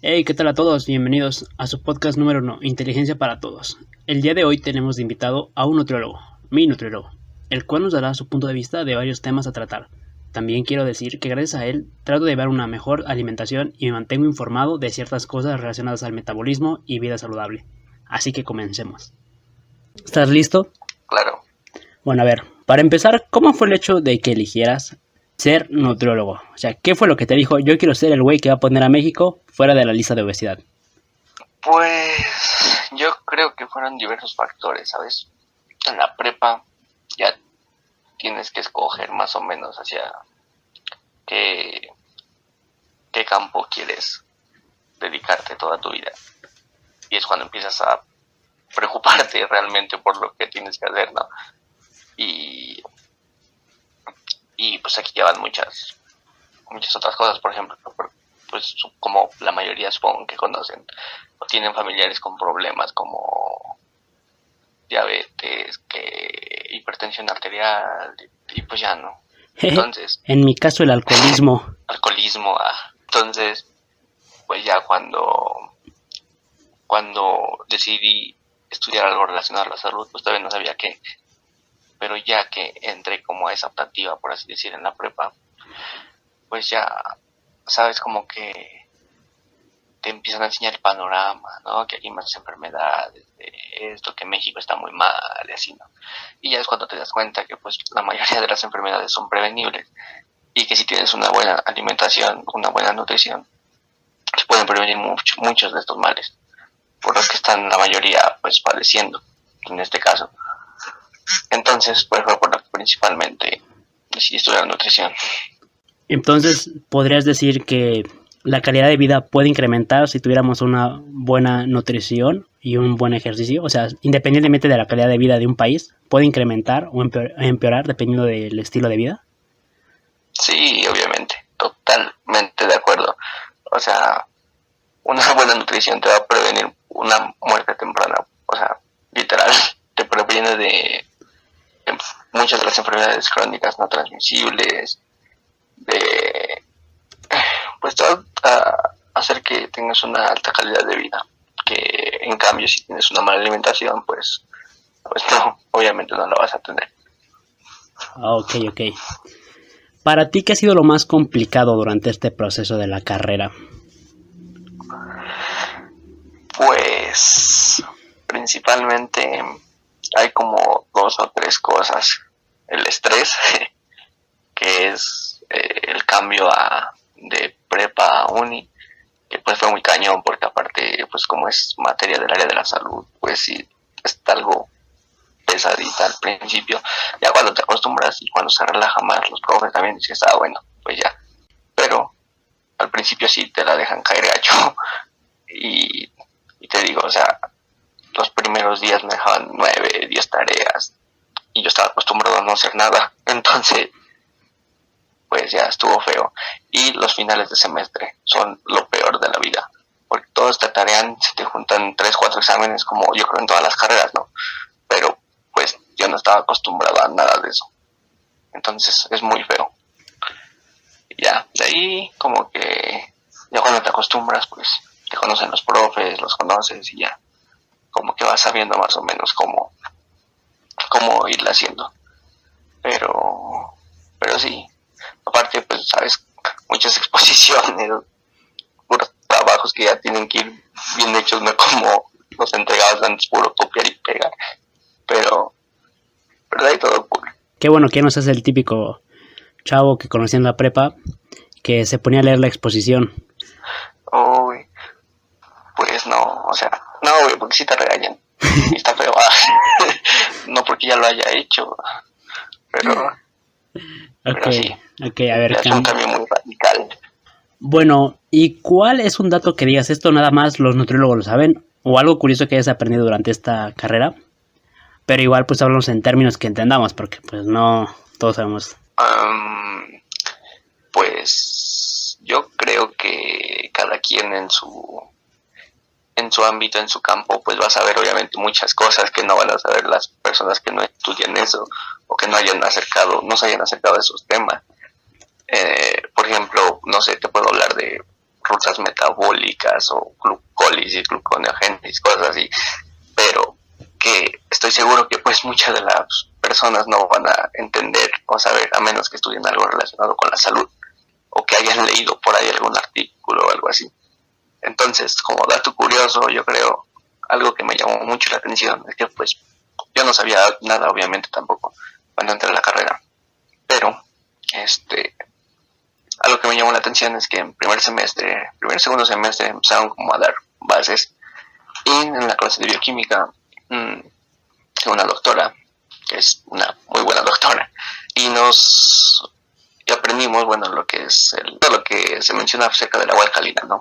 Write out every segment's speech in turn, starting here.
Hey, ¿qué tal a todos? Bienvenidos a su podcast número 1, Inteligencia para Todos. El día de hoy tenemos de invitado a un nutriólogo, mi nutriólogo, el cual nos dará su punto de vista de varios temas a tratar. También quiero decir que gracias a él trato de llevar una mejor alimentación y me mantengo informado de ciertas cosas relacionadas al metabolismo y vida saludable. Así que comencemos. ¿Estás listo? Claro. Bueno, a ver, para empezar, ¿cómo fue el hecho de que eligieras ser nutriólogo? O sea, ¿qué fue lo que te dijo? Yo quiero ser el güey que va a poner a México fuera de la lista de obesidad. Pues yo creo que fueron diversos factores, ¿sabes? En la prepa ya tienes que escoger más o menos hacia qué campo quieres dedicarte toda tu vida. Y es cuando empiezas a preocuparte realmente por lo que tienes que hacer, ¿no? Y pues aquí llevan muchas otras cosas, por ejemplo, pues como la mayoría supongo que conocen o tienen familiares con problemas como diabetes, hipertensión arterial y pues ya no. Entonces, en mi caso el alcoholismo. Entonces, pues ya cuando decidí estudiar algo relacionado a la salud, pues todavía no sabía qué, pero ya que entré como a esa optativa, por así decir, en la prepa, pues ya sabes como que te empiezan a enseñar el panorama, ¿no? Que hay más enfermedades, de esto, que México está muy mal y así, ¿no? Y ya es cuando te das cuenta que pues la mayoría de las enfermedades son prevenibles y que si tienes una buena alimentación, una buena nutrición, se pueden prevenir muchos de estos males por los que están la mayoría pues padeciendo en este caso. Entonces pues fue por lo que principalmente decidí estudiar nutrición. Entonces, ¿podrías decir que la calidad de vida puede incrementar si tuviéramos una buena nutrición y un buen ejercicio? O sea, independientemente de la calidad de vida de un país, ¿puede incrementar o empeorar dependiendo del estilo de vida? Sí, obviamente, totalmente de acuerdo. O sea, una buena nutrición te va a prevenir una muerte temprana. O sea, literal, te previene de muchas de las enfermedades crónicas no transmisibles, de pues todo a hacer que tengas una alta calidad de vida, que en cambio si tienes una mala alimentación pues no, obviamente no la vas a tener. Ok. ¿Para ti qué ha sido lo más complicado durante este proceso de la carrera? Pues principalmente hay como 2 o 3 cosas. El estrés, que es el cambio de prepa a uni, que pues fue muy cañón porque aparte pues como es materia del área de la salud, pues sí está algo pesadita al principio. Ya cuando te acostumbras y cuando se relaja más los profes también dices, bueno, pues ya. Pero al principio sí te la dejan caer gacho y te digo, o sea, los primeros días me dejaban 9, 10 tareas y yo estaba acostumbrado a no hacer nada, entonces pues ya estuvo feo. Y los finales de semestre son lo peor de la vida, porque todos te tarean, se te juntan 3, 4 exámenes como yo creo en todas las carreras, ¿no? Pero pues yo no estaba acostumbrado a nada de eso, entonces es muy feo. Y ya, de ahí como que ya cuando te acostumbras pues te conocen los profes, los conoces y ya como que vas sabiendo más o menos cómo irla haciendo. Pero sí, aparte pues sabes, muchas exposiciones, puros trabajos que ya tienen que ir bien hechos, no como los entregados antes, puro copiar y pegar. Pero de ahí todo cool. Qué bueno que no seas el típico chavo que conocí en la prepa que se ponía a leer la exposición. Uy, pues no, o sea, no, güey, porque sí te regañan. Y está feo. No porque ya lo haya hecho, pero sí. Ok, a ver. Es un cambio muy radical. Bueno, ¿y cuál es un dato que digas esto nada más los nutriólogos lo saben? O algo curioso que hayas aprendido durante esta carrera. Pero igual pues hablamos en términos que entendamos, porque pues no todos sabemos. Pues yo creo que cada quien en su ámbito, en su campo, pues va a saber obviamente muchas cosas que no van a saber las personas que no estudian eso o que no se hayan acercado a esos temas. Por ejemplo, no sé, te puedo hablar de rutas metabólicas o glucólisis, gluconeogénesis, cosas así, pero que estoy seguro que pues muchas de las personas no van a entender o saber, a menos que estudien algo relacionado con la salud o que hayan leído por ahí algún artículo o algo así. Entonces, como dato curioso, yo creo, algo que me llamó mucho la atención es que pues yo no sabía nada, obviamente, tampoco cuando entré a la carrera, pero algo que me llamó la atención es que en segundo semestre empezaron como a dar bases, y en la clase de bioquímica una doctora, que es una muy buena doctora, y aprendimos, bueno, lo que es todo lo que se menciona acerca del agua alcalina, ¿no?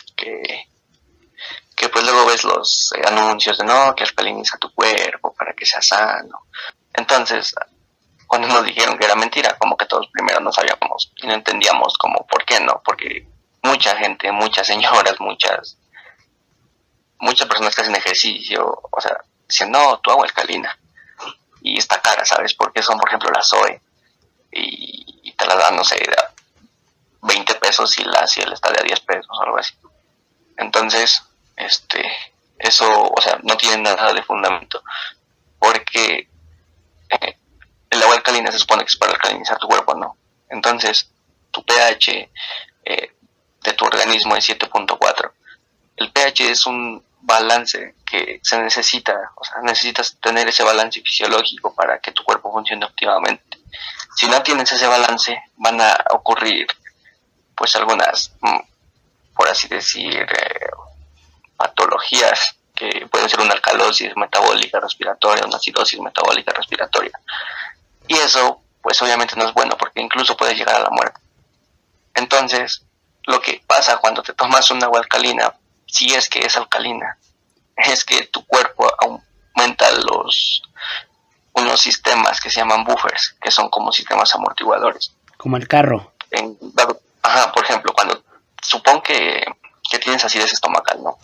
Que pues luego ves los anuncios de no, que alcaliniza tu cuerpo para que sea sano. Entonces, cuando nos dijeron que era mentira, como que todos primero no sabíamos y no entendíamos como por qué no, porque mucha gente, muchas señoras, muchas personas que hacen ejercicio, o sea, dicen, no, tu agua alcalina, y está cara, ¿sabes? Porque son, por ejemplo, la Zoe, y te la dan, no sé, de 20 pesos y la Ciel está de a 10 pesos o algo así. Entonces, eso, o sea, no tiene nada de fundamento, porque el agua alcalina se supone que es para alcalinizar tu cuerpo, ¿no? Entonces, tu pH de tu organismo es 7.4. El pH es un balance que se necesita, o sea, necesitas tener ese balance fisiológico para que tu cuerpo funcione óptimamente. Si no tienes ese balance, van a ocurrir, pues, algunas, por así decir, patologías que pueden ser una alcalosis metabólica respiratoria, una acidosis metabólica respiratoria. Y eso, pues obviamente no es bueno, porque incluso puede llegar a la muerte. Entonces, lo que pasa cuando te tomas una agua alcalina, si es que es alcalina, es que tu cuerpo aumenta unos sistemas que se llaman buffers, que son como sistemas amortiguadores. Como el carro. Por ejemplo, cuando supón que tienes acidez estomacal, ¿no?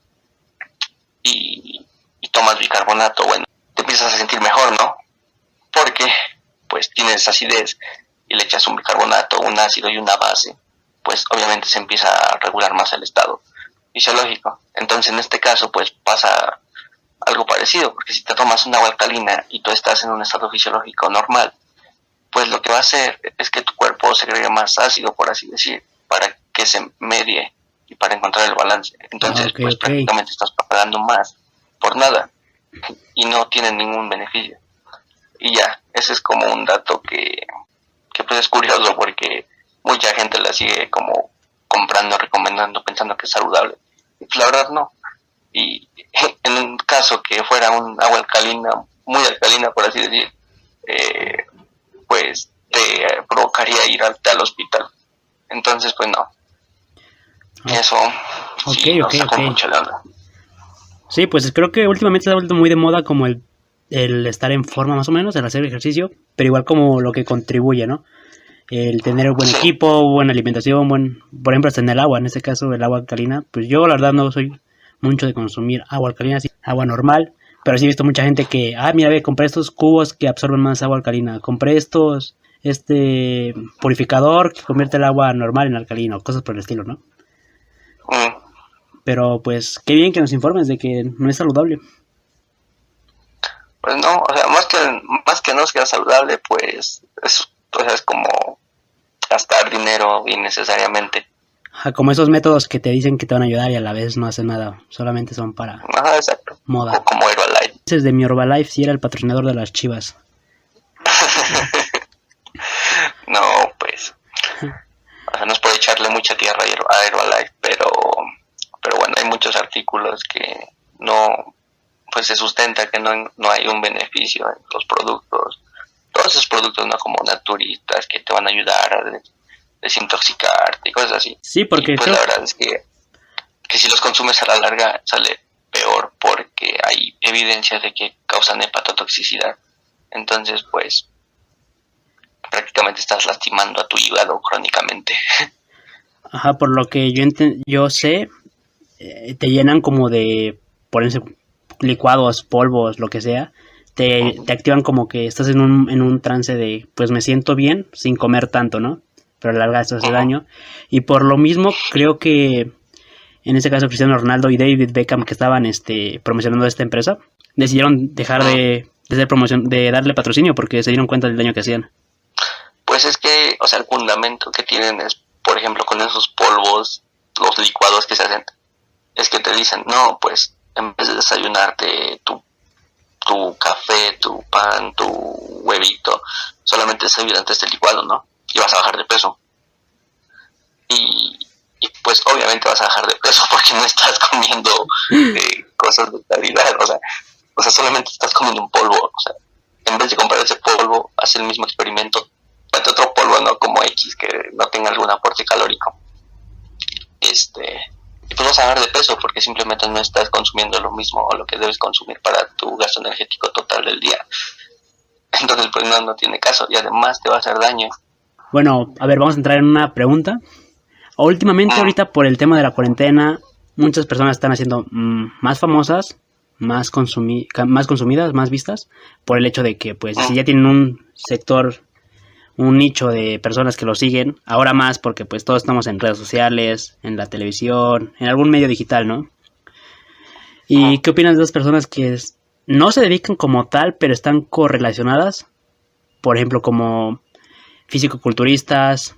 Y tomas bicarbonato, bueno, te empiezas a sentir mejor, ¿no? Porque pues tienes acidez y le echas un bicarbonato, un ácido y una base, pues obviamente se empieza a regular más el estado fisiológico. Entonces en este caso pues pasa algo parecido, porque si te tomas una agua alcalina y tú estás en un estado fisiológico normal, pues lo que va a hacer es que tu cuerpo segregue más ácido, por así decir, para que se medie y para encontrar el balance. Entonces prácticamente estás pagando más por nada y no tiene ningún beneficio. Y ya, ese es como un dato que pues es curioso, porque mucha gente la sigue como comprando, recomendando, pensando que es saludable. Y pues la verdad no. Y en un caso que fuera un agua alcalina, muy alcalina por así decir, pues te provocaría ir al hospital. Entonces pues no. Eso sí nos sacó mucho la onda. Sí, pues creo que últimamente se ha vuelto muy de moda como el estar en forma más o menos, el hacer ejercicio, pero igual como lo que contribuye, ¿no? El tener buen equipo, buena alimentación, por ejemplo, hasta en el agua, en este caso el agua alcalina, pues yo la verdad no soy mucho de consumir agua alcalina, sí, agua normal, pero sí he visto mucha gente que, mira, compré estos cubos que absorben más agua alcalina, compré este purificador que convierte el agua normal en alcalina, o cosas por el estilo, ¿no? Pero pues qué bien que nos informes de que no es saludable. Pues no, o sea, más que no sea saludable, pues es como gastar dinero innecesariamente. Como esos métodos que te dicen que te van a ayudar y a la vez no hacen nada, solamente son para exacto. Moda. O como Herbalife. Desde mi Herbalife sí era el patrocinador de las Chivas. No, pues, o sea, no es por echarle mucha tierra a Herbalife, pero bueno, hay muchos artículos que no, pues se sustenta que no hay un beneficio en los productos. Todos esos productos, no como naturistas, que te van a ayudar a desintoxicarte y cosas así. Sí, porque y pues la verdad es que si los consumes a la larga sale peor, porque hay evidencia de que causan hepatotoxicidad. Entonces, pues, prácticamente estás lastimando a tu hígado crónicamente. Ajá, por lo que yo sé, te llenan como de, ponerse licuados, polvos, lo que sea, te activan como que estás en un trance de, pues me siento bien sin comer tanto, ¿no? pero a la larga eso hace Ujú. daño. Y por lo mismo creo que en este caso Cristiano Ronaldo y David Beckham, que estaban promocionando esta empresa, decidieron dejar de hacer promoción, de darle patrocinio porque se dieron cuenta del daño que hacían. Pues es que, o sea, el fundamento que tienen es, por ejemplo, con esos polvos, los licuados que se hacen, es que te dicen, no, pues en vez de desayunarte tu café, tu pan, tu huevito, solamente desayunarte este licuado, ¿no? Y vas a bajar de peso. Y pues obviamente vas a bajar de peso porque no estás comiendo cosas de calidad, o sea, solamente estás comiendo un polvo, o sea, en vez de comprar ese polvo, haz el mismo experimento, date otro polvo, ¿no? Como X, que no tenga algún aporte calórico. Y pues vas a bajar de peso porque simplemente no estás consumiendo lo mismo o lo que debes consumir para tu gasto energético total del día. Entonces pues no tiene caso y además te va a hacer daño. Bueno, a ver, vamos a entrar en una pregunta. Últimamente, ahorita por el tema de la cuarentena, muchas personas están haciendo más famosas, más consumidas, más vistas, por el hecho de que, pues, si ya tienen un sector, un nicho de personas que lo siguen, ahora más porque, pues, todos estamos en redes sociales, en la televisión, en algún medio digital, ¿no? ¿Y qué opinas de las personas que no se dedican como tal, pero están correlacionadas? Por ejemplo, como fisicoculturistas,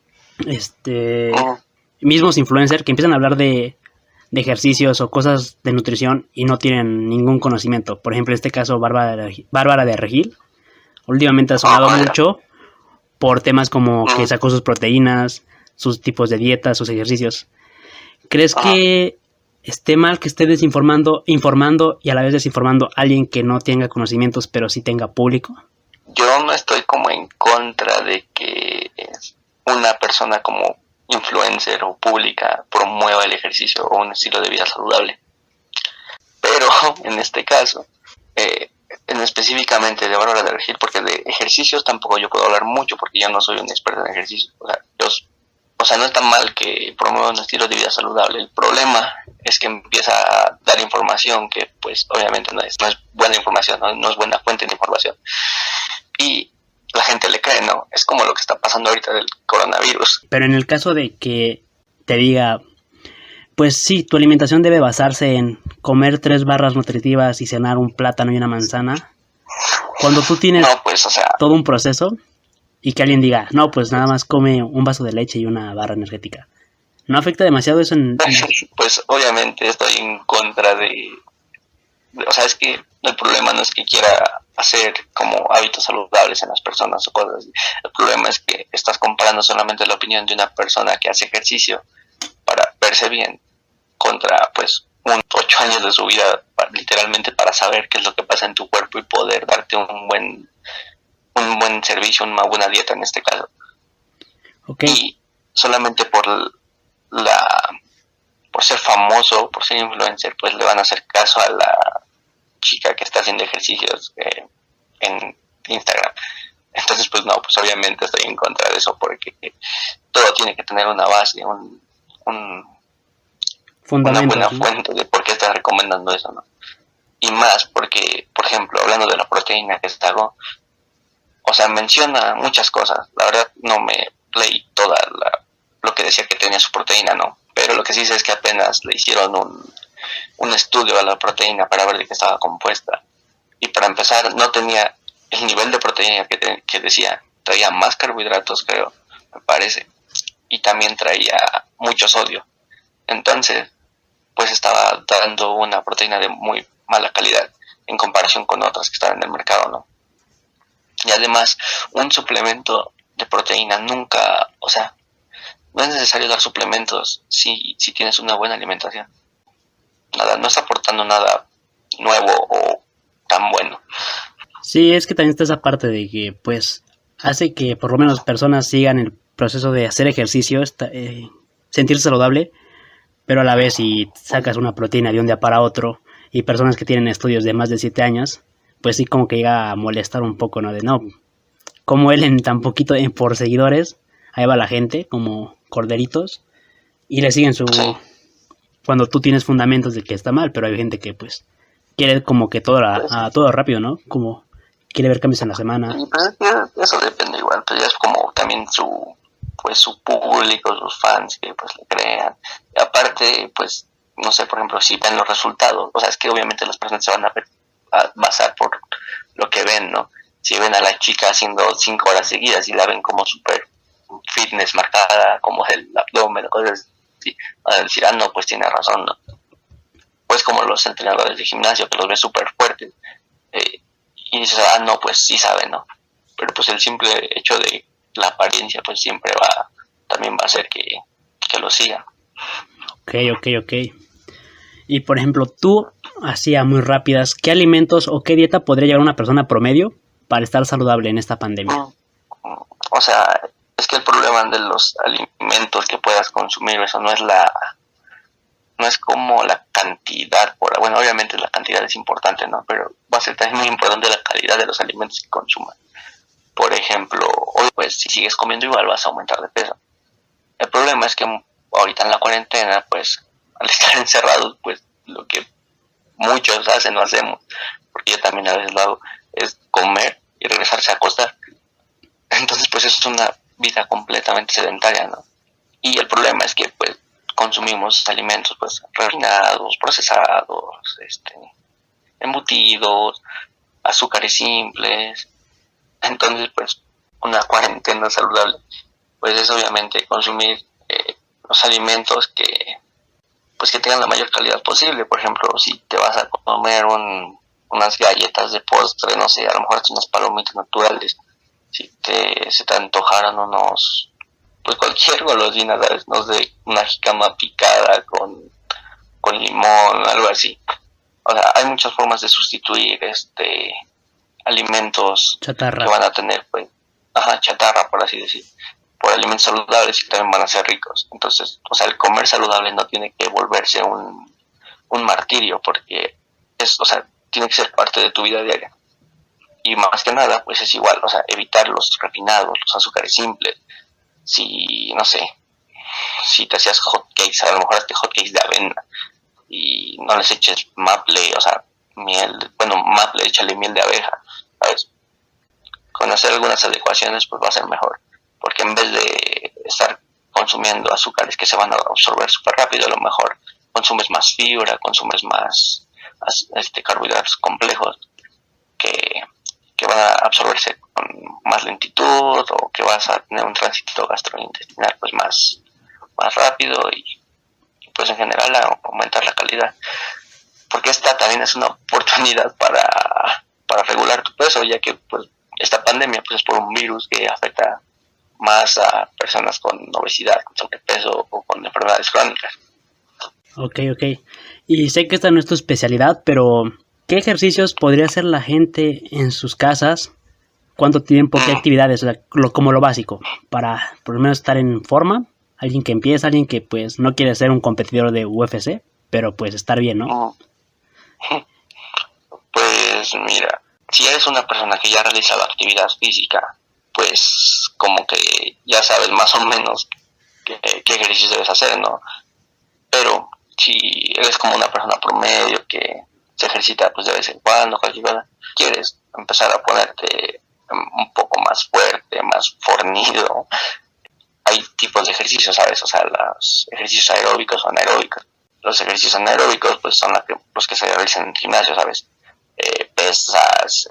mismos influencers que empiezan a hablar de ejercicios o cosas de nutrición y no tienen ningún conocimiento. Por ejemplo, en este caso, Bárbara de Regil, últimamente ha sonado mucho por temas como que sacó sus proteínas, sus tipos de dietas, sus ejercicios. ¿Crees que esté mal que esté informando y a la vez desinformando a alguien que no tenga conocimientos pero sí tenga público? Yo no estoy como en contra de que una persona como influencer o pública promueva el ejercicio o un estilo de vida saludable. Pero en este caso, en específicamente de Bárbara de Regil, porque de ejercicios tampoco yo puedo hablar mucho porque yo no soy un experto en ejercicio. O sea, no está mal que promueva un estilo de vida saludable. El problema es que empieza a dar información que pues obviamente no es buena información, no es buena fuente de información. Y la gente le cree, ¿no? Es como lo que está pasando ahorita del coronavirus. Pero en el caso de que te diga, pues sí, tu alimentación debe basarse en comer 3 barras nutritivas y cenar un plátano y una manzana, cuando tú tienes todo un proceso y que alguien diga, no, pues nada más come un vaso de leche y una barra energética, ¿no afecta demasiado eso Pues obviamente estoy en contra de... O sea, es que el problema no es que quiera hacer como hábitos saludables en las personas o cosas así. El problema es que estás comparando solamente la opinión de una persona que hace ejercicio para verse bien contra pues 8 años de su vida literalmente para saber qué es lo que pasa en tu cuerpo y poder darte un buen servicio, una buena dieta en este caso. Okay. Y solamente por ser famoso, por ser influencer, pues le van a hacer caso a la chica que está haciendo ejercicios en Instagram. Entonces pues no, pues obviamente estoy en contra de eso porque todo tiene que tener una base, una buena fuente de por qué estás recomendando eso, ¿no? Y más porque, por ejemplo, hablando de la proteína que sacó, o sea, menciona muchas cosas. La verdad no me leí toda lo que decía que tenía su proteína, ¿no? Pero lo que sí sé es que apenas le hicieron un estudio a la proteína para ver de qué estaba compuesta. Y para empezar, no tenía el nivel de proteína que decía. Traía más carbohidratos, creo, me parece. Y también traía mucho sodio. Entonces, pues estaba dando una proteína de muy mala calidad en comparación con otras que están en el mercado, ¿no? Y además, un suplemento de proteína nunca, o sea, no es necesario dar suplementos si tienes una buena alimentación. Nada, no está aportando nada nuevo o tan bueno. Sí, es que también está esa parte de que, pues, hace que por lo menos personas sigan el proceso de hacer ejercicio, sentirse saludable, pero a la vez si sacas una proteína de un día para otro y personas que tienen estudios de más de 7 años, pues sí como que llega a molestar un poco, ¿no? De no, como él en tan poquito por seguidores, ahí va la gente como corderitos y le siguen cuando tú tienes fundamentos de que está mal, pero hay gente que pues quiere como que todo rápido, ¿no? Como quiere ver cambios en la semana. Y pues eso depende igual, pues ya es como también su pues su público, sus fans que pues le crean. Y aparte, pues, no sé, por ejemplo, si ven los resultados, o sea, es que obviamente las personas se van a basar por lo que ven, ¿no? Si ven a la chica haciendo 5 horas seguidas y la ven como súper fitness marcada, como el abdomen, cosas así, van a decir, no, pues tiene razón, ¿no? Pues como los entrenadores de gimnasio que los ven súper fuertes, y dices, no, pues sí saben, ¿no? Pero pues el simple hecho de la apariencia, pues siempre también va a hacer que lo sigan. Ok. Y por ejemplo, tú, así a muy rápidas, ¿qué alimentos o qué dieta podría llevar una persona promedio para estar saludable en esta pandemia? O sea, es que el problema de los alimentos que puedas consumir, eso no es como la cantidad, bueno, obviamente la cantidad es importante, ¿no? Pero va a ser también muy importante la calidad de los alimentos que consumas. Por ejemplo, hoy pues si sigues comiendo igual vas a aumentar de peso. El problema es que ahorita en la cuarentena, pues al estar encerrados, pues lo que muchos hacen o hacemos, porque yo también a veces lo hago, es comer y regresarse a acostar. Entonces pues eso es una vida completamente sedentaria, ¿no? Y el problema es que pues consumimos alimentos pues refinados, procesados, embutidos, azúcares simples. Entonces pues una cuarentena saludable pues es obviamente consumir los alimentos que tengan la mayor calidad posible. Por ejemplo, si te vas a comer unas galletas de postre, no sé, a lo mejor unas palomitas naturales, si se te antojaron pues cualquier golosina, ¿sabes? No sé, una jicama picada con limón, algo así. O sea, hay muchas formas de sustituir alimentos chatarra, que van a tener, pues, chatarra, por así decir, por alimentos saludables y también van a ser ricos. Entonces, o sea, el comer saludable no tiene que volverse un martirio, porque tiene que ser parte de tu vida diaria. Y más que nada, pues es igual, o sea, evitar los refinados, los azúcares simples. Si, no sé, si te hacías hotcakes, a lo mejor hazte hotcakes de avena y no les eches maple, o sea, maple, échale miel de abeja, ¿sabes? Con hacer algunas adecuaciones, pues va a ser mejor, porque en vez de estar consumiendo azúcares que se van a absorber súper rápido, a lo mejor consumes más fibra, consumes más carbohidratos complejos que van a absorberse con más lentitud, o que vas a tener un tránsito gastrointestinal pues más rápido y pues en general aumentar la calidad, porque esta también es una oportunidad para regular tu peso, ya que pues esta pandemia pues es por un virus que afecta más a personas con obesidad, con sobrepeso o con enfermedades crónicas. Ok. Y sé que esta no es tu especialidad, pero ¿qué ejercicios podría hacer la gente en sus casas? ¿Cuánto tiempo? ¿Qué actividades? O sea, como lo básico, para por lo menos estar en forma. Alguien que empieza, alguien que pues no quiere ser un competidor de UFC, pero pues estar bien, ¿no? Pues mira, si eres una persona que ya ha realizado actividad física, pues como que ya sabes más o menos qué ejercicios debes hacer, ¿no? Pero si eres como una persona promedio que se ejercita pues de vez en cuando, cualquier cosa, quieres empezar a ponerte un poco más fuerte, más fornido, hay tipos de ejercicios, ¿sabes? O sea, los ejercicios aeróbicos o anaeróbicos. Los ejercicios anaeróbicos pues son los que se realizan en el gimnasio, ¿sabes? Pesas,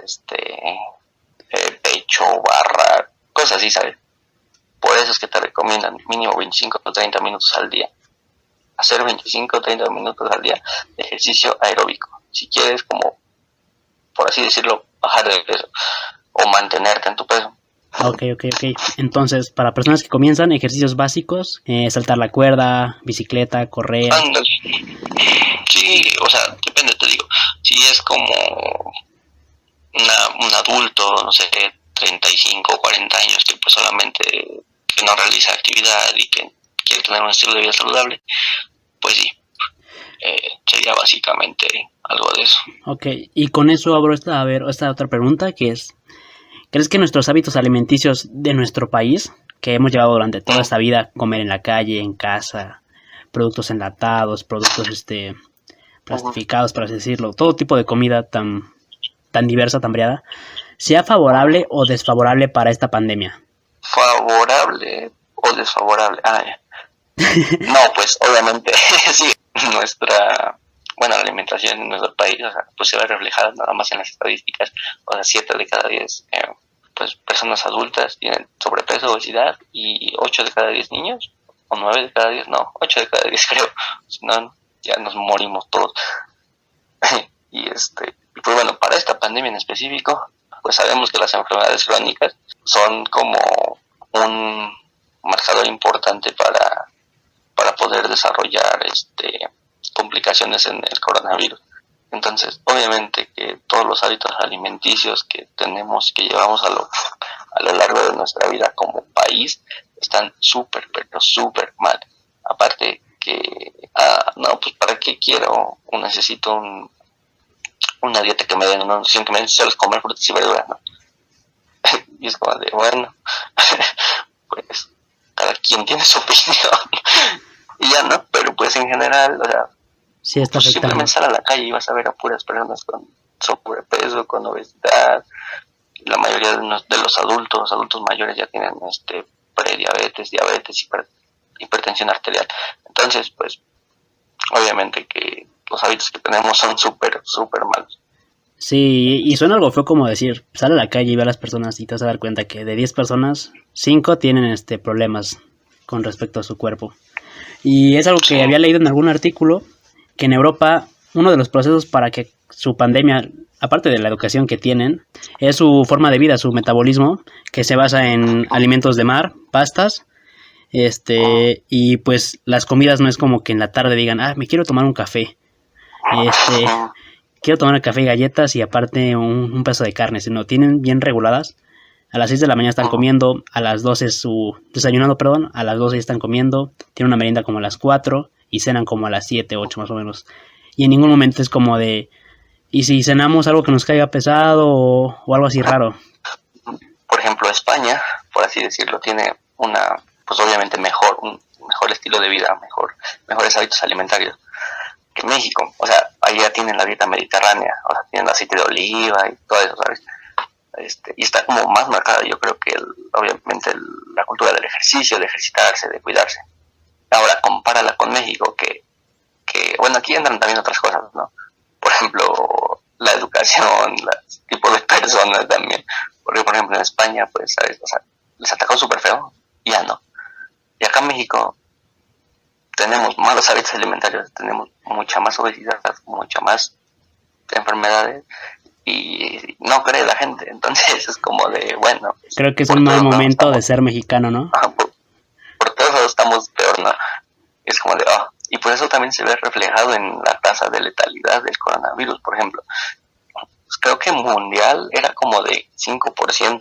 pecho, barra, cosas así, ¿sabes? Por eso es que te recomiendan mínimo 25 o 30 minutos al día. Hacer 25 o 30 minutos al día de ejercicio aeróbico. Si quieres, como, por así decirlo, bajar de peso o mantenerte en tu peso. Ok. Entonces, para personas que comienzan, ejercicios básicos, saltar la cuerda, bicicleta, correr. Ándale. Sí, o sea, depende, te digo. Si es como un adulto, no sé, 35 o 40 años, que pues solamente que no realiza actividad y que quiere tener un estilo de vida saludable, pues sí, sería básicamente algo de eso. Ok, y con eso abro esta otra pregunta, que es, ¿crees que nuestros hábitos alimenticios de nuestro país, que hemos llevado durante toda esta vida, comer en la calle, en casa, productos enlatados, productos plastificados, por así decirlo, todo tipo de comida tan diversa, tan variada, sea favorable o desfavorable para esta pandemia? Favorable, o desfavorable. No, pues obviamente sí, la alimentación en nuestro país, o sea, pues se ve reflejada nada más en las estadísticas. O sea, 7 de cada 10 pues personas adultas tienen sobrepeso, obesidad, y 8 de cada 10 niños, o 9 de cada 10, no, 8 de cada 10 creo, si no, ya nos morimos todos. Y pues bueno, para esta pandemia en específico, pues sabemos que las enfermedades crónicas son como un marcador importante para poder desarrollar complicaciones en el coronavirus. Entonces, obviamente que todos los hábitos alimenticios que tenemos, que llevamos a lo largo de nuestra vida como país, están súper, pero súper mal. Aparte que, no, pues ¿para qué quiero o necesito una dieta que me den una nutrición, que me den solo comer frutas y verduras, ¿no? Y es como de, bueno, pues cada quien tiene su opinión y ya, ¿no? Pero pues en general, o sea, sí está pues afectando. simplemente sal a la calle y vas a ver a puras personas con sobrepeso, con obesidad. La mayoría de los adultos mayores ya tienen prediabetes, diabetes, hipertensión arterial. Entonces, pues obviamente que los hábitos que tenemos son súper, súper malos. Sí, y suena algo feo como decir, sale a la calle y ve a las personas y te vas a dar cuenta que de 10 personas, 5 tienen problemas con respecto a su cuerpo. Y es algo que había leído en algún artículo, que en Europa uno de los procesos para que su pandemia, aparte de la educación que tienen, es su forma de vida, su metabolismo, que se basa en alimentos de mar, pastas, y pues las comidas no es como que en la tarde digan, me quiero tomar un café, quiero tomar el café y galletas y aparte un pedazo de carne, sino tienen bien reguladas. A las 6 de la mañana están comiendo, a las 12 desayunando, a las 12 están comiendo, tienen una merienda como a las 4 y cenan como a las 7, 8 más o menos. Y en ningún momento es como de, ¿y si cenamos algo que nos caiga pesado o algo así raro? Por ejemplo, España, por así decirlo, tiene pues obviamente un mejor estilo de vida, mejores hábitos alimentarios que México. O sea, allá tienen la dieta mediterránea, o sea, tienen aceite de oliva y todo eso, ¿sabes? Y está como más marcada, yo creo que obviamente la cultura del ejercicio, de ejercitarse, de cuidarse. Ahora, compárala con México, que bueno, aquí entran también otras cosas, ¿no? Por ejemplo, la educación, los tipos de personas también. Porque, por ejemplo, en España, pues, ¿sabes? O sea, les atacó súper feo, ya no. Y acá en México tenemos malos hábitos alimentarios, tenemos mucha más obesidad, mucha más enfermedades, y no cree la gente. Entonces es como de, bueno, creo que es un mal momento de ser mexicano, ¿no? Por todos lados estamos peor, ¿no? Es como de, y por eso también se ve reflejado en la tasa de letalidad del coronavirus. Por ejemplo, pues creo que mundial era como de 5%,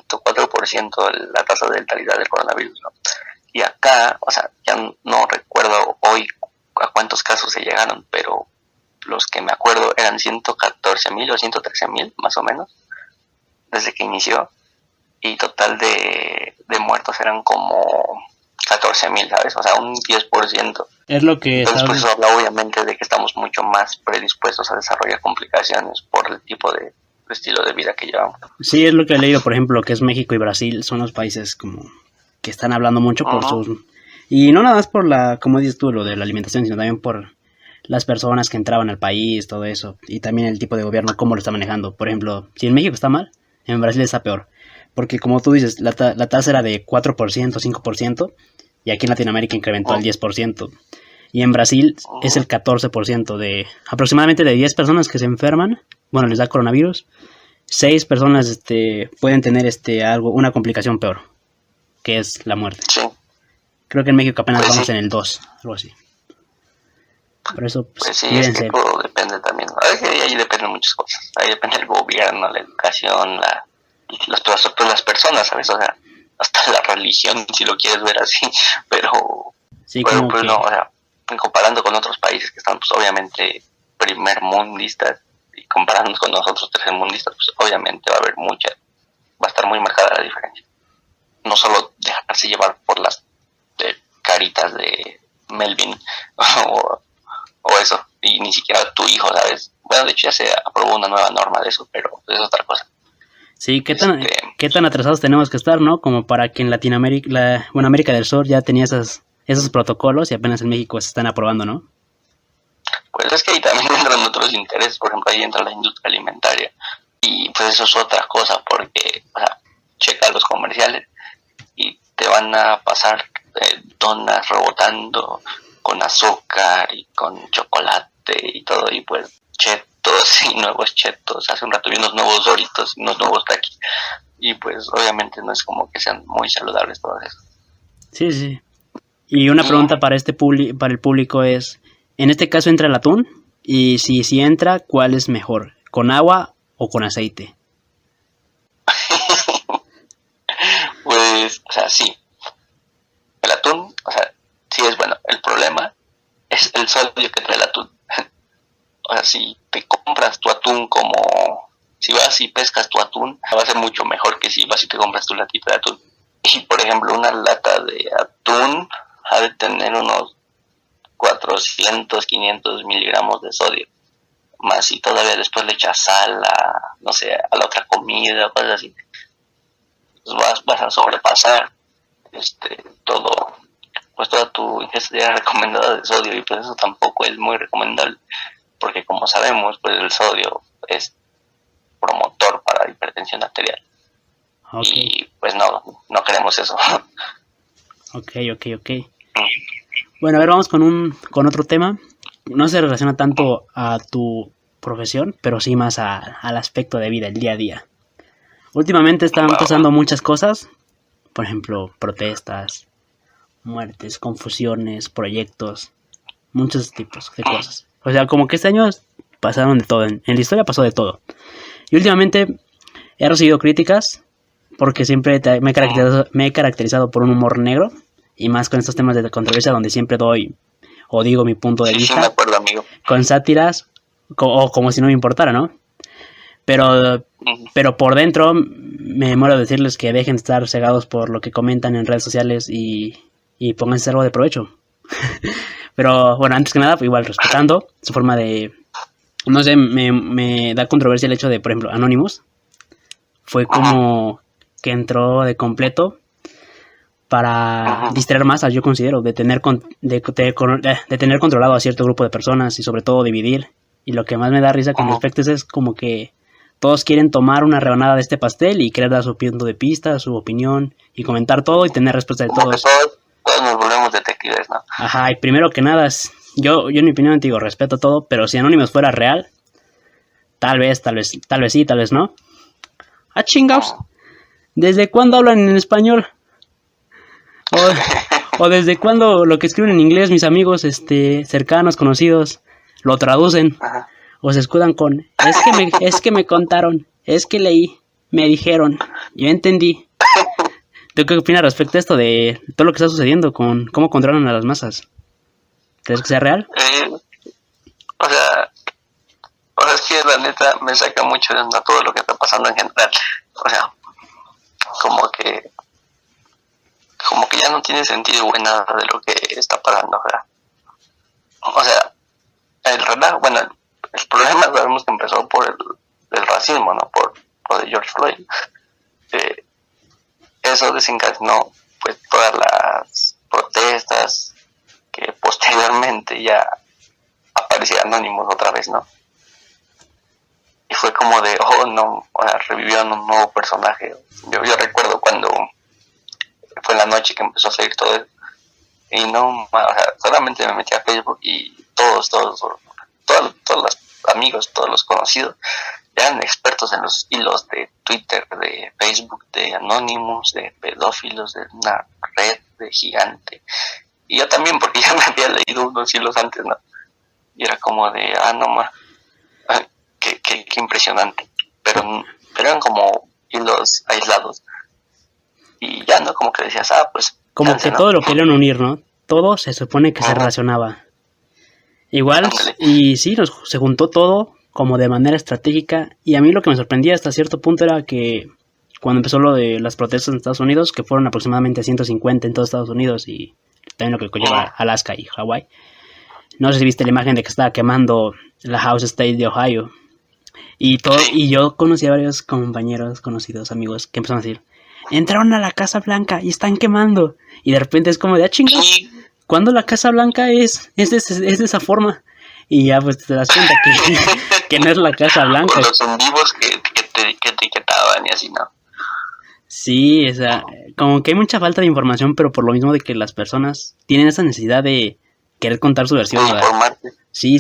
4% la tasa de letalidad del coronavirus, ¿no? Y acá, o sea, ya no recuerdo hoy a cuántos casos se llegaron, pero los que me acuerdo eran 114,000 o 113,000 más o menos desde que inició, y total de muertos eran como 14,000, ¿sabes? O sea, un 10%. Es lo que... Entonces, pues eso habla obviamente de que estamos mucho más predispuestos a desarrollar complicaciones por el tipo de estilo de vida que llevamos. Sí, es lo que he leído, por ejemplo, que es México y Brasil, son los países como que están hablando mucho por sus... Y no nada más por como dices tú, lo de la alimentación, sino también por las personas que entraban al país, todo eso, y también el tipo de gobierno, cómo lo está manejando. Por ejemplo, si en México está mal, en Brasil está peor. Porque como tú dices, la tasa era de 4%, 5%, y aquí en Latinoamérica incrementó al 10%. Y en Brasil es el 14%, de aproximadamente de 10 personas que se enferman, bueno, les da coronavirus, 6 personas pueden tener una complicación peor, que es la muerte. Sí. Creo que en México apenas vamos en el 2, algo así. Por eso, pues sí, es que todo depende también. Ahí dependen muchas cosas. Ahí depende el gobierno, la educación, las personas, ¿sabes? O sea, hasta la religión, si lo quieres ver así. Pero, sí, pues no, o sea, comparando con otros países que están, pues obviamente, primermundistas, y comparándonos con nosotros tercermundistas, pues obviamente va a estar muy marcada la diferencia. No solo dejarse llevar por las caritas de Melvin o eso, y ni siquiera tu hijo, ¿sabes? Bueno, de hecho ya se aprobó una nueva norma de eso, pero es otra cosa. Sí, ¿qué tan atrasados tenemos que estar, no? Como para que en Latinoamérica, América del Sur ya tenía esos protocolos y apenas en México se están aprobando, ¿no? Pues es que ahí también entran otros intereses, por ejemplo, ahí entra la industria alimentaria y pues eso es otra cosa porque, o sea, checa los comerciales y te van a pasar donas rebotando con azúcar y con chocolate y todo, y pues chetos y nuevos chetos. Hace un rato vi unos nuevos Doritos, unos nuevos Takis, y pues obviamente no es como que sean muy saludables todos esos. Sí, sí. Y una pregunta para para el público es, en este caso entra el atún, y si entra, ¿cuál es mejor? ¿Con agua o con aceite? Pues, o sea, sí. El atún, o sea, sí es bueno. El problema es el sodio que trae el atún. O sea, si te compras tu atún como... Si vas y pescas tu atún, va a ser mucho mejor que si vas y te compras tu latita de atún. Y, por ejemplo, una lata de atún ha de tener unos 400, 500 miligramos de sodio. Más si todavía después le echas sal no sé, a la otra comida, cosas así. Pues vas a sobrepasar toda tu ingesta recomendada de sodio, y pues eso tampoco es muy recomendable, porque como sabemos, pues el sodio es promotor para la hipertensión arterial. Okay. Y pues no queremos eso. Ok. Bueno, a ver, vamos con otro tema. No se relaciona tanto a tu profesión, pero sí más al aspecto de vida, el día a día. Últimamente están pasando muchas cosas, por ejemplo, protestas, muertes, confusiones, proyectos, muchos tipos de cosas. O sea, como que este año pasaron de todo, en la historia pasó de todo. Y últimamente he recibido críticas porque siempre me he caracterizado por un humor negro, y más con estos temas de controversia donde siempre doy o digo mi punto de vista, sí, me acuerdo, amigo. Con sátiras o como si no me importara, ¿no? Pero por dentro me muero de decirles que dejen de estar cegados por lo que comentan en redes sociales y pónganse algo de provecho. Pero bueno, antes que nada, igual respetando su forma de... No sé, me da controversia el hecho de, por ejemplo, Anonymous. Fue como que entró de completo para distraer masas, yo considero, de tener controlado a cierto grupo de personas y sobre todo dividir. Y lo que más me da risa con respecto es como que todos quieren tomar una rebanada de este pastel y querer dar su punto de vista, su opinión y comentar todo y tener respuesta de todos. Todos nos volvemos detectives, ¿no? Ajá, y primero que nada, yo en mi opinión te digo, respeto todo, pero si Anonymous fuera real, tal vez sí, tal vez no. ¡Ah, chingados! ¿Desde cuándo hablan en español? O desde cuándo lo que escriben en inglés mis amigos cercanos, conocidos, lo traducen. Ajá. O se escudan con es que me contaron, es que leí, me dijeron, yo entendí. ¿Tú qué opinas respecto a esto de todo lo que está sucediendo con cómo controlan a las masas? ¿Crees que sea real? O sea, es que la neta me saca mucho de onda todo lo que está pasando en general. O sea, como que ya no tiene sentido nada de lo que está pasando, ¿verdad? O sea, el problema sabemos que empezó por el racismo, ¿no? Por lo de George Floyd. Eso desencadenó pues todas las protestas que posteriormente ya aparecía Anonymous otra vez, ¿no? Y fue como de, revivieron un nuevo personaje. Yo recuerdo cuando fue la noche que empezó a salir todo eso. Y solamente me metí a Facebook y todos los amigos, todos los conocidos, eran expertos en los hilos de Twitter, de Facebook, de Anonymous, de pedófilos, de una red de gigante. Y yo también, porque ya me había leído unos hilos antes, ¿no? Y era como de, qué impresionante. Pero eran como hilos aislados. Y ya, ¿no? Como que decías, pues... Como que todo lo querían unir, ¿no? Todo se supone que se relacionaba. Igual, y sí, se juntó todo como de manera estratégica. Y a mí lo que me sorprendía hasta cierto punto era que cuando empezó lo de las protestas en Estados Unidos, que fueron aproximadamente 150 en todos Estados Unidos y también lo que conlleva Alaska y Hawái. No sé si viste la imagen de que estaba quemando la House State de Ohio. Y yo conocí a varios compañeros, conocidos, amigos, que empezaron a decir, entraron a la Casa Blanca y están quemando. Y de repente es como de, chingados, ¿cuándo la Casa Blanca es de esa forma? Y ya pues te das cuenta que no es la Casa Blanca. O los en vivos que etiquetaban y así, ¿no? Sí, o sea, como que hay mucha falta de información, pero por lo mismo de que las personas tienen esa necesidad de querer contar su versión. De informarte. Sí.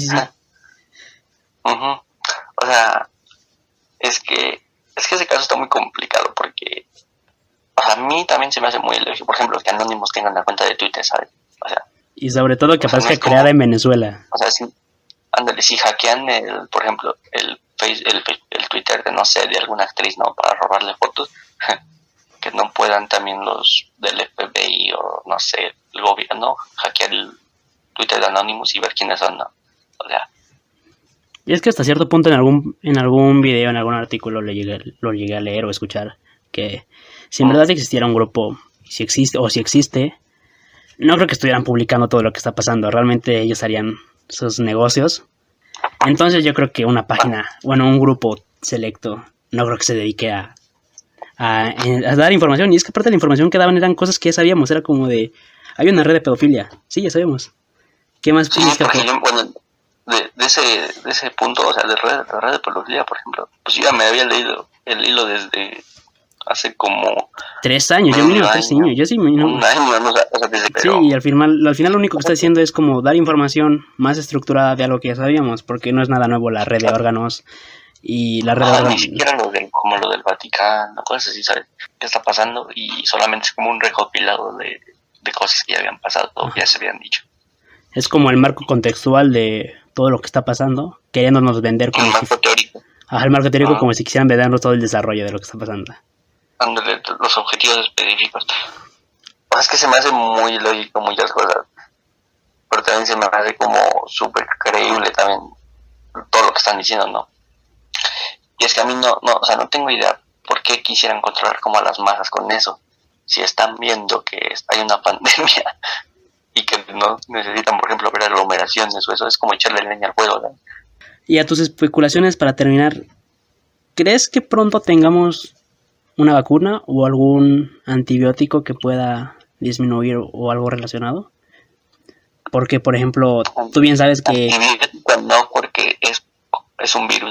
Uh-huh. O sea, es que ese caso está muy complicado porque, o sea, a mí también se me hace muy ilógico, por ejemplo, que Anonymous tenga una cuenta de Twitter, ¿sabes? O sea, y sobre todo que parezca creada en Venezuela. O sea, si hackean por ejemplo, el Twitter de, no sé, de alguna actriz, ¿no? Para robarle fotos, que no puedan también los del FBI o, no sé, el gobierno hackear el Twitter de Anonymous y ver quiénes son, ¿no? O sea... Y es que hasta cierto punto en algún video, en algún artículo lo llegué a leer o escuchar, que si en verdad existiera un grupo, si existe, no creo que estuvieran publicando todo lo que está pasando. Realmente ellos harían sus negocios. Entonces yo creo que una página, un grupo selecto, no creo que se dedique a dar información. Y es que aparte de la información que daban eran cosas que ya sabíamos. Era como de, hay una red de pedofilia. Sí, ya sabemos. ¿Qué más? Sí, bueno, de ese punto, o sea, de red de pedofilia, por ejemplo, pues yo ya me había leído el hilo desde hace como 3 años, yo mínimo 3 años, yo sí mínimo. Un año, ¿no? O sea, sí, y al final lo único que está diciendo es como dar información más estructurada de algo que ya sabíamos, porque no es nada nuevo la red de órganos y la red de órganos. Ni siquiera como lo del Vaticano, cosas así, ¿sabes? ¿Qué está pasando? Y solamente es como un recopilado de cosas que ya habían pasado o que ya se habían dicho. Es como el marco contextual de todo lo que está pasando, queriéndonos vender como el marco teórico. Ajá, el marco teórico como si quisieran vendernos todo el desarrollo de lo que está pasando. Dándole los objetivos específicos. Es que se me hace muy lógico muchas cosas, pero también se me hace como súper creíble también todo lo que están diciendo, ¿no? Y es que a mí no tengo idea por qué quisieran controlar como a las masas con eso, si están viendo que hay una pandemia y que no necesitan, por ejemplo, ver aglomeraciones o eso, es como echarle leña al fuego, ¿no? Y a tus especulaciones para terminar, ¿crees que pronto tengamos una vacuna o algún antibiótico que pueda disminuir o algo relacionado? Porque, por ejemplo, tú bien sabes que... Antibiótico no, porque es un virus.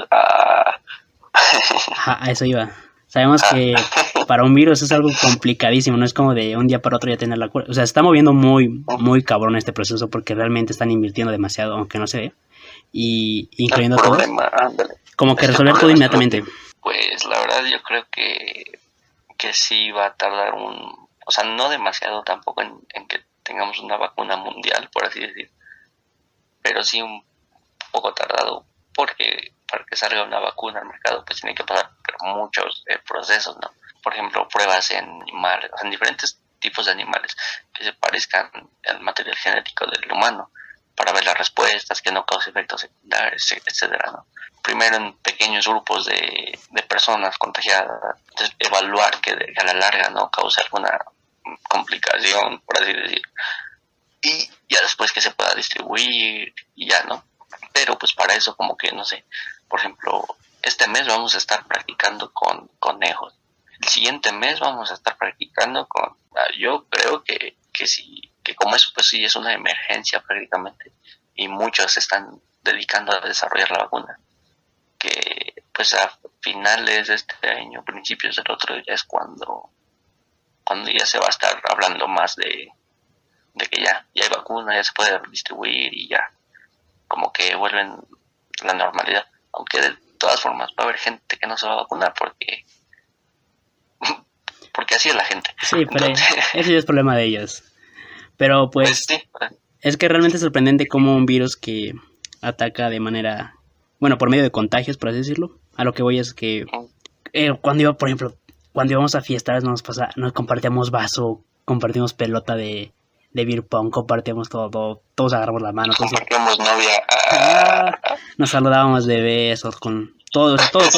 A eso iba. Sabemos que para un virus es algo complicadísimo, no es como de un día para otro ya tener la cura. O sea, se está moviendo muy, muy cabrón este proceso porque realmente están invirtiendo demasiado, aunque no se ve. Y incluyendo todo. Como que resolver todo inmediatamente. Pues la verdad yo creo que sí va a tardar o sea, no demasiado tampoco en que tengamos una vacuna mundial, por así decir, pero sí un poco tardado, porque para que salga una vacuna al mercado pues tiene que pasar por muchos procesos, ¿no? Por ejemplo, pruebas en animales, o sea, en diferentes tipos de animales que se parezcan al material genético del humano, para ver las respuestas, que no cause efectos secundarios, etcétera, ¿no? Primero en pequeños grupos de personas contagiadas, entonces evaluar que a la larga no cause alguna complicación, por así decir, y ya después que se pueda distribuir y ya, ¿no? Pero pues para eso como que, no sé, por ejemplo, este mes vamos a estar practicando con conejos, el siguiente mes vamos a estar practicando yo creo que sí, que como eso pues sí es una emergencia prácticamente y muchos se están dedicando a desarrollar la vacuna, que pues a finales de este año, principios del otro ya es cuando ya se va a estar hablando más de que ya hay vacuna, ya se puede distribuir y ya como que vuelven la normalidad, aunque de todas formas va a haber gente que no se va a vacunar porque así es la gente. Sí, pero ese ya es problema de ellos. Pero pues sí. Es que realmente es sorprendente cómo un virus que ataca de manera, por medio de contagios, por así decirlo. A lo que voy es que cuando íbamos a fiestas nos compartíamos vaso, compartimos pelota de beer pong, compartíamos todo, todos agarramos la mano. Compartíamos novia. Nos saludábamos de besos con todo.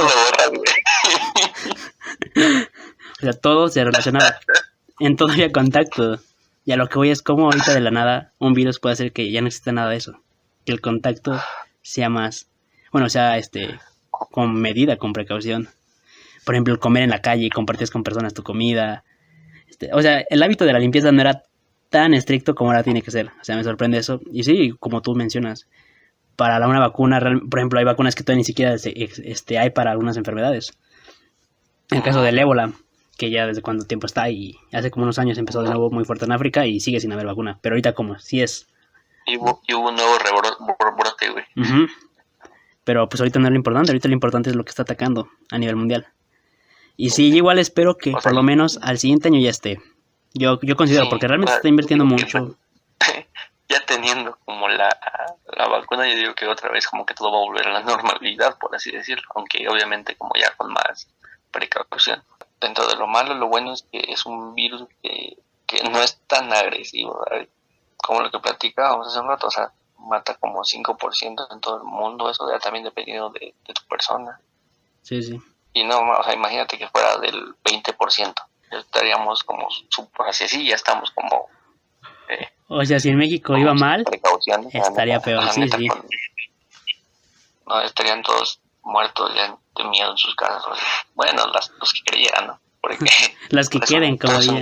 O sea, todo se relacionaba. En todo había contacto. Y a lo que voy es como ahorita de la nada un virus puede hacer que ya no exista nada de eso. Que el contacto sea más... con medida, con precaución. Por ejemplo, el comer en la calle, compartir con personas tu comida. O sea, el hábito de la limpieza no era tan estricto como ahora tiene que ser. O sea, me sorprende eso. Y sí, como tú mencionas, para una vacuna, por ejemplo, hay vacunas que todavía ni siquiera hay para algunas enfermedades. En el caso del ébola, que ya desde cuánto tiempo está, y hace como unos años empezó de nuevo muy fuerte en África y sigue sin haber vacuna. Pero ahorita como, sí es. Y hubo un nuevo rebrote, güey. Uh-huh. Pero pues ahorita no es lo importante es lo que está atacando a nivel mundial. Y sí, igual espero que por lo menos al siguiente año ya esté. Yo considero, porque realmente se está invirtiendo mucho. Ya teniendo como la vacuna, yo digo que otra vez como que todo va a volver a la normalidad, por así decirlo, aunque obviamente como ya con más precaución. Dentro de lo malo, lo bueno es que es un virus que no es tan agresivo, ¿verdad? Como lo que platicábamos hace un rato, o sea, mata como 5% en todo el mundo, eso ya también dependiendo de tu persona. Sí, sí. Y no, o sea, imagínate que fuera del 20%, estaríamos como, así, ya estamos como... o sea, si en México iba mal, estaría peor, sí. No, estarían todos muertos ya de miedo en sus casas. O sea, bueno, los que creyeran, ¿no? Porque las que queden, como dirían.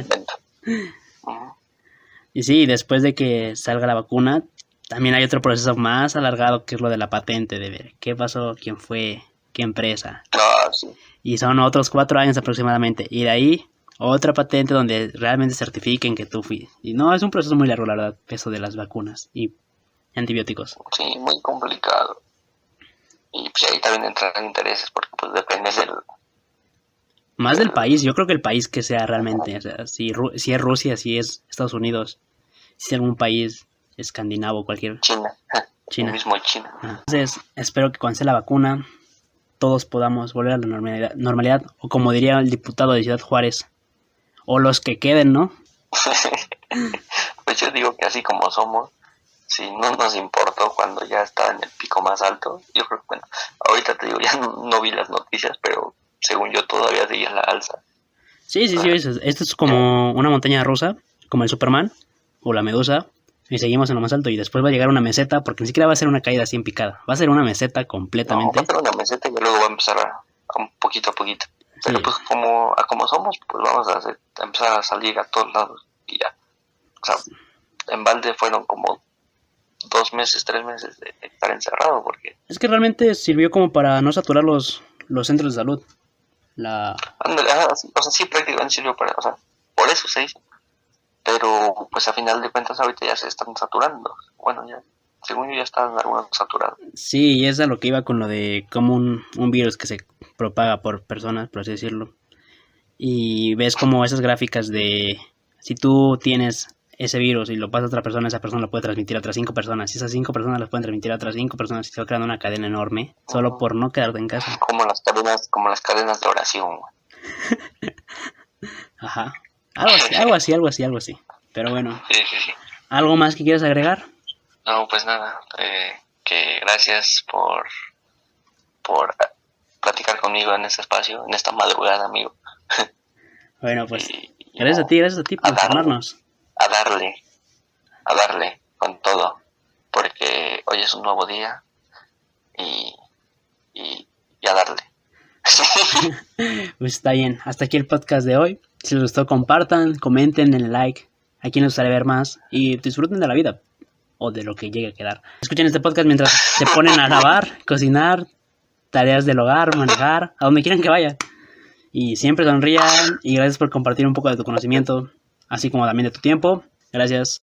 Y sí, después de que salga la vacuna, también hay otro proceso más alargado que es lo de la patente, de ver qué pasó, quién fue, qué empresa. Sí. Y son otros 4 años aproximadamente. Y de ahí, otra patente donde realmente certifiquen que tú fuiste. Y no, es un proceso muy largo, la verdad, eso de las vacunas y antibióticos. Sí, muy complicado. Y pues ahí también entran intereses, porque pues depende del... Más del país, yo creo que el país que sea realmente, o sea, si es Rusia, si es Estados Unidos, si es algún país escandinavo, cualquier... China. El mismo China. Entonces, espero que cuando sea la vacuna, todos podamos volver a la normalidad, o como diría el diputado de Ciudad Juárez, o los que queden, ¿no? Pues yo digo que así como somos, si no nos importó cuando ya está en el pico más alto, yo creo que, bueno, ahorita te digo, ya no vi las noticias, pero según yo todavía seguía la alza. Sí, esto es como una montaña rusa, como el Superman, o la Medusa, y seguimos en lo más alto, y después va a llegar una meseta, porque ni siquiera va a ser una caída así en picada, va a ser una meseta completamente. No, va a ser una meseta y luego va a empezar a un poquito a poquito. Pero pues como somos, pues vamos a empezar a salir a todos lados y ya. O sea, en balde fueron como 2 meses, 3 meses de estar encerrado, porque... Es que realmente sirvió como para no saturar los centros de salud. O sea, sí, prácticamente sirvió para... O sea, por eso se hizo. Pero pues a final de cuentas ahorita ya se están saturando. Bueno, ya, según yo ya están algunos saturados. Sí, y es a lo que iba con lo de como un virus que se propaga por personas, por así decirlo. Y ves como esas gráficas de si tú tienes ese virus y lo pasa a otra persona, esa persona lo puede transmitir a otras 5 personas. Y esas 5 personas las pueden transmitir a otras 5 personas y se va creando una cadena enorme solo por no quedarte en casa. Como las cadenas de oración. Ajá. Algo así. Pero bueno. Sí. ¿Algo más que quieras agregar? No, pues nada. Que gracias por platicar conmigo en este espacio, en esta madrugada, amigo. Bueno, pues gracias a ti por llamarnos. A darle con todo, porque hoy es un nuevo día y a darle. Pues está bien, hasta aquí el podcast de hoy. Si les gustó, compartan, comenten, denle like. A quien les gustaría ver más y disfruten de la vida o de lo que llegue a quedar. Escuchen este podcast mientras se ponen a lavar, cocinar, tareas del hogar, manejar, a donde quieran que vayan. Y siempre sonrían y gracias por compartir un poco de tu conocimiento, así como también de tu tiempo. Gracias.